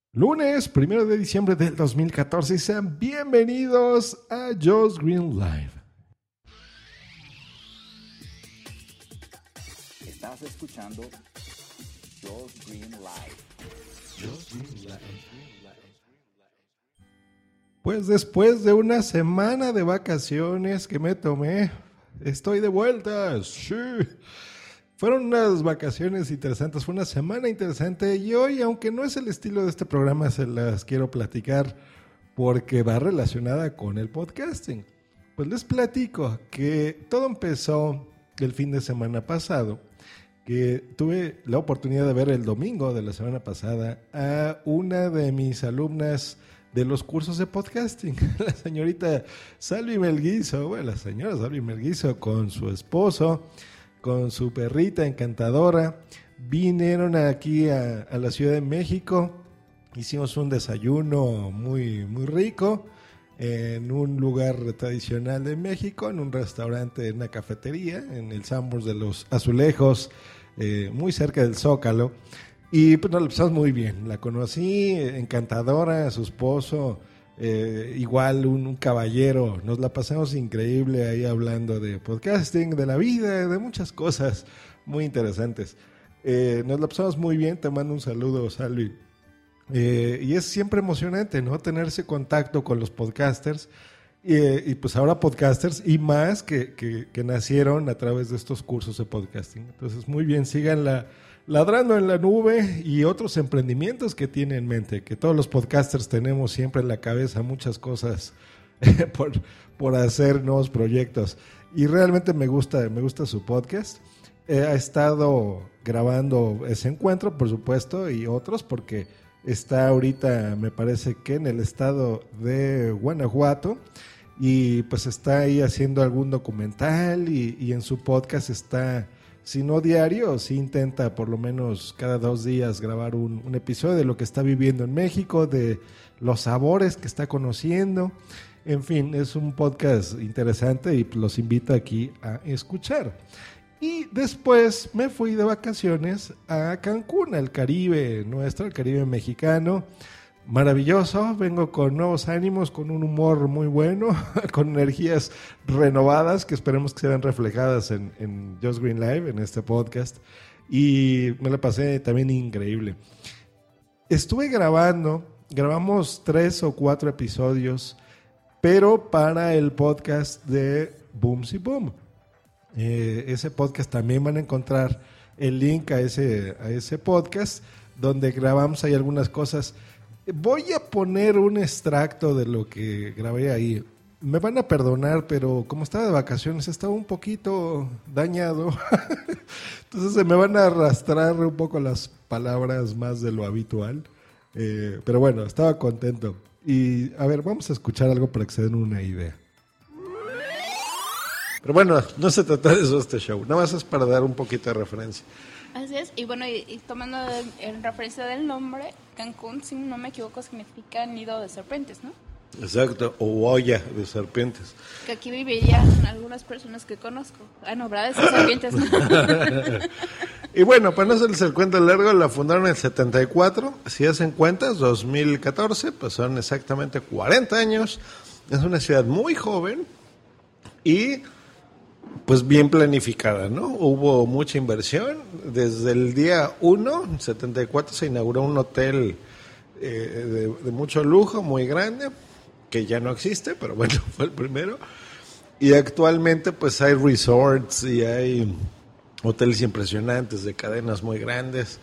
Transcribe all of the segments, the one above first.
Lunes 1 de diciembre del 2014 y sean bienvenidos a Just Green Live. Estás escuchando Just Green Live. Pues después de una semana de vacaciones que me tomé, estoy de vuelta. Sí. Fueron unas vacaciones interesantes, fue una semana interesante y hoy, aunque no es el estilo de este programa, se las quiero platicar porque va relacionada con el podcasting. Pues les platico que todo empezó el fin de semana pasado, que tuve la oportunidad de ver el domingo de la semana pasada a una de mis alumnas de los cursos de podcasting, la señorita Salvi Melguizo, la señora Salvi Melguizo con su esposo, con su perrita encantadora, vinieron aquí a la Ciudad de México, hicimos un desayuno muy, muy rico en un lugar tradicional de México, en un restaurante, en una cafetería, en el Sanborns de los Azulejos, muy cerca del Zócalo, y pues nos la pasamos muy bien, la conocí, encantadora, su esposo, igual un caballero, nos la pasamos increíble ahí hablando de podcasting, de la vida, de muchas cosas muy interesantes. Nos la pasamos muy bien, te mando un saludo, Salvi. Y es siempre emocionante, ¿no? Tener ese contacto con los podcasters y pues ahora podcasters y más que nacieron a través de estos cursos de podcasting. Entonces, muy bien, síganla ladrando en la nube y otros emprendimientos que tiene en mente, que todos los podcasters tenemos siempre en la cabeza muchas cosas por hacer nuevos proyectos. Y realmente me gusta su podcast. Ha estado grabando ese encuentro, por supuesto, y otros, porque está ahorita, me parece que en el estado de Guanajuato, y pues está ahí haciendo algún documental y en su podcast está, si no diario, sí intenta por lo menos cada 2 días grabar un episodio de lo que está viviendo en México, de los sabores que está conociendo. En fin, es un podcast interesante y los invito aquí a escuchar. Y después me fui de vacaciones a Cancún, al Caribe nuestro, al Caribe mexicano. Maravilloso, vengo con nuevos ánimos, con un humor muy bueno, con energías renovadas que esperemos que se vean reflejadas en Just Green Live, en este podcast. Y me la pasé también increíble. Estuve grabamos 3 o 4 episodios, pero para el podcast de Boomsy Boom. Ese podcast también van a encontrar el link a ese podcast donde grabamos ahí algunas cosas. Voy a poner un extracto de lo que grabé ahí. Me van a perdonar, pero como estaba de vacaciones, estaba un poquito dañado. Entonces se me van a arrastrar un poco las palabras más de lo habitual. Pero bueno, estaba contento. Y a ver, vamos a escuchar algo para que se den una idea. Pero bueno, no se trata de eso este show. Nada más es para dar un poquito de referencia. Así es, y bueno, y tomando en referencia del nombre, Cancún, si no me equivoco, significa nido de serpientes, ¿no? Exacto, o olla de serpientes. Que aquí vivirían algunas personas que conozco. Ah, no, ¿verdad? Esas serpientes, ¿no? Y bueno, para no hacerles el cuento largo, la fundaron en el 74. Si hacen cuentas, 2014, pues son exactamente 40 años. Es una ciudad muy joven y pues bien planificada, ¿no? Hubo mucha inversión. Desde el día 1, en 74, se inauguró un hotel de mucho lujo, muy grande, que ya no existe, pero bueno, fue el primero. Y actualmente pues hay resorts y hay hoteles impresionantes de cadenas muy grandes.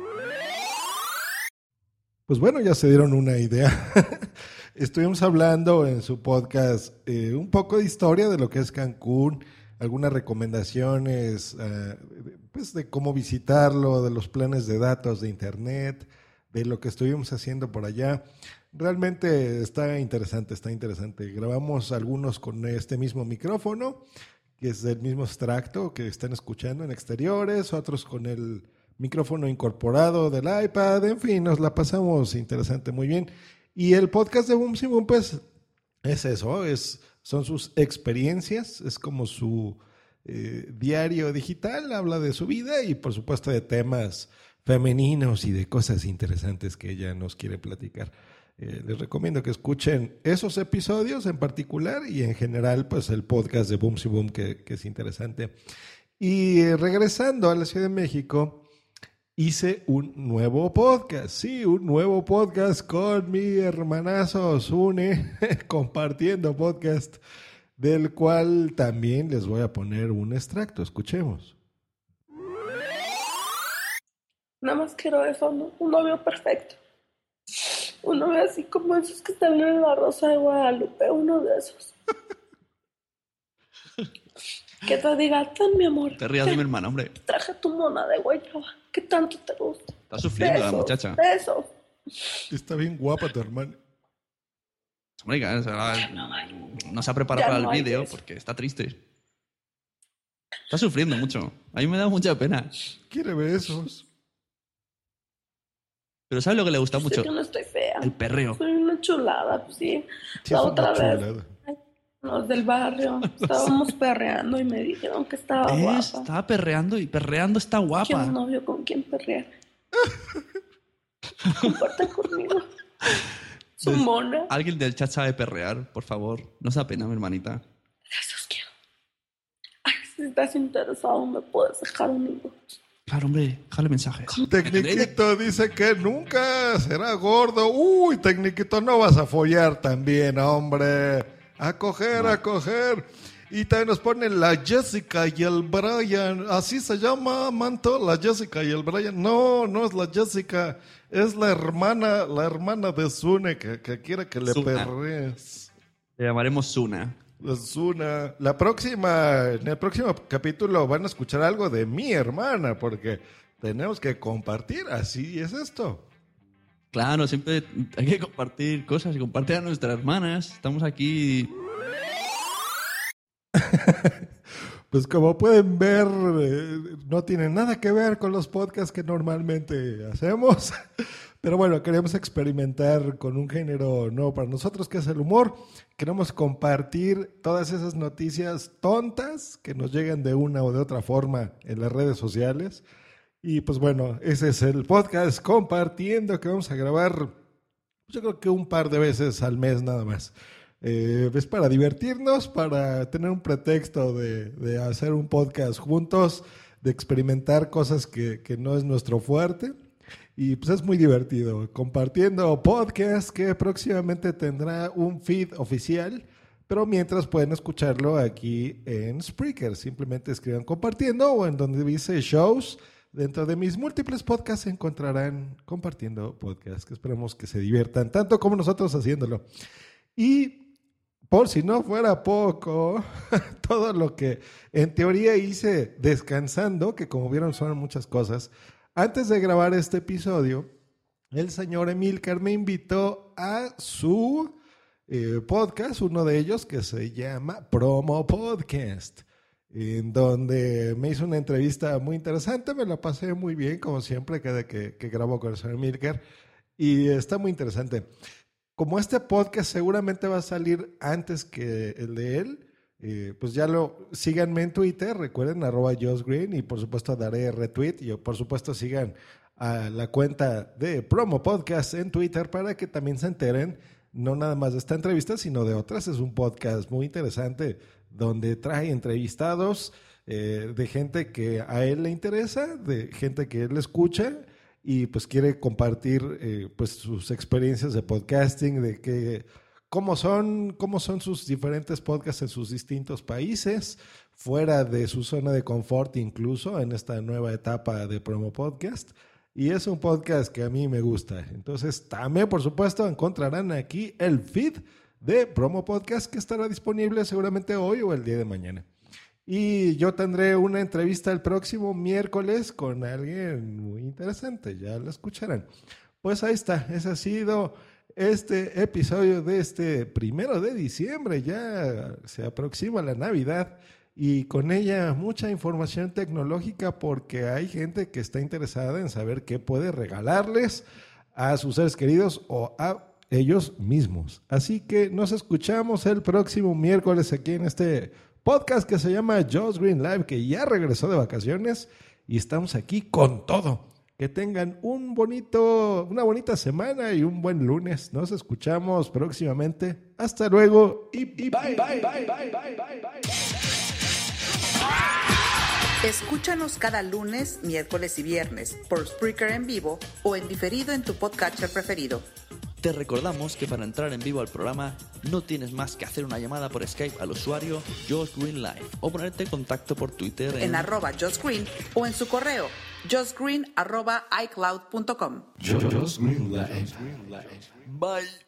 Pues bueno, ya se dieron una idea. Estuvimos hablando en su podcast un poco de historia de lo que es Cancún, algunas recomendaciones pues de cómo visitarlo, de los planes de datos de internet, de lo que estuvimos haciendo por allá. Realmente está interesante. Grabamos algunos con este mismo micrófono, que es del mismo extracto que están escuchando en exteriores, otros con el micrófono incorporado del iPad, en fin, nos la pasamos interesante, muy bien. Y el podcast de Boomsy Boom, pues, es eso, son sus experiencias, es como su diario digital, habla de su vida y por supuesto de temas femeninos y de cosas interesantes que ella nos quiere platicar. Les recomiendo que escuchen esos episodios en particular y en general pues el podcast de Boom Si Boom que es interesante. Y regresando a la Ciudad de México, hice un nuevo podcast. Sí, un nuevo podcast con mi hermanazo Sune, compartiendo podcast, del cual también les voy a poner un extracto. Escuchemos. Nada más quiero eso, ¿no? Un novio perfecto. Un novio así como esos que están en La Rosa de Guadalupe, uno de esos. Que te diga, ten mi amor. Te rías de mi hermana, hombre. Traje tu mona de guayaba. ¿Qué tanto te gusta? Está sufriendo la muchacha. Besos. Está bien guapa tu hermana. Hombre, no se ha preparado Ya para no el hay vídeo beso. porque está triste. Está sufriendo mucho. A mí me da mucha pena. Quiere besos. Pero ¿sabes lo que le gusta Sé mucho? que no estoy fea. El perreo. Soy una chulada, pues sí. Sí, La es otra una vez, chulada. los del barrio, estábamos perreando y me dijeron que estaba ¿Ves? guapa. Estaba perreando y perreando está Quiero guapa. un novio con quien perrear. Comparte conmigo. Su mona. Alguien del chat sabe perrear, por favor. No se da pena, mi hermanita. Esos quiero. Ay, si estás interesado, me puedes dejar un inbox. Claro, hombre, déjale mensajes. Tecniquito dice que nunca será gordo. Uy, Tecniquito, no vas a follar también, hombre. A coger, a coger. Y también nos ponen la Jessica y el Brian. Así se llama, Manto, la Jessica y el Brian. No, no es la Jessica. Es la hermana de Sune que quiere que le Suna. perrees. Le llamaremos Suna. Suna. En el próximo capítulo van a escuchar algo de mi hermana, porque tenemos que compartir. Así es esto. Claro, siempre hay que compartir cosas y compartir a nuestras hermanas. Estamos aquí. Pues como pueden ver, no tiene nada que ver con los podcasts que normalmente hacemos. Pero bueno, queremos experimentar con un género nuevo para nosotros, que es el humor. Queremos compartir todas esas noticias tontas que nos llegan de una o de otra forma en las redes sociales. Y pues bueno, ese es el podcast Compartiendo, que vamos a grabar, yo creo que un par de veces al mes nada más. Es para divertirnos, para tener un pretexto de hacer un podcast juntos, de experimentar cosas que no es nuestro fuerte. Y pues es muy divertido. Compartiendo podcast, que próximamente tendrá un feed oficial, pero mientras pueden escucharlo aquí en Spreaker. Simplemente escriban Compartiendo o en donde dice shows. Dentro de mis múltiples podcasts encontrarán Compartiendo Podcast, que esperemos que se diviertan tanto como nosotros haciéndolo. Y por si no fuera poco, todo lo que en teoría hice descansando, que como vieron son muchas cosas, antes de grabar este episodio, el señor Emilcar me invitó a su podcast, uno de ellos que se llama Promo Podcast, en donde me hizo una entrevista muy interesante. Me la pasé muy bien, como siempre, cada que grabo con el señor Emilcar, y está muy interesante. Como este podcast seguramente va a salir antes que el de él, pues ya síganme en Twitter, recuerden @JoshGreen, y por supuesto daré retweet, y por supuesto sigan a la cuenta de Promo Podcast en Twitter para que también se enteren no nada más de esta entrevista, sino de otras. Es un podcast muy interesante donde trae entrevistados de gente que a él le interesa, de gente que él escucha y pues quiere compartir pues sus experiencias de podcasting, de cómo son sus diferentes podcasts en sus distintos países, fuera de su zona de confort, incluso en esta nueva etapa de Promo Podcast. Y es un podcast que a mí me gusta. Entonces también, por supuesto, encontrarán aquí el feed de Promo Podcast, que estará disponible seguramente hoy o el día de mañana. Y yo tendré una entrevista el próximo miércoles con alguien muy interesante, ya lo escucharán. Pues ahí está, ese ha sido este episodio de este 1 de diciembre. Ya se aproxima la Navidad y con ella mucha información tecnológica, porque hay gente que está interesada en saber qué puede regalarles a sus seres queridos o a ellos mismos. Así que nos escuchamos el próximo miércoles aquí en este podcast que se llama Josh Green Live, que ya regresó de vacaciones y estamos aquí con todo. Que tengan una bonita semana y un buen lunes. Nos escuchamos próximamente. Hasta luego y bye. Escúchanos cada lunes, miércoles y viernes por Spreaker en vivo o en diferido en tu podcatcher preferido. Te recordamos que para entrar en vivo al programa no tienes más que hacer una llamada por Skype al usuario Josh Green Live o ponerte en contacto por Twitter en @JoshGreen o en su correo joshgreen@icloud.com. Josh Green Live. Bye.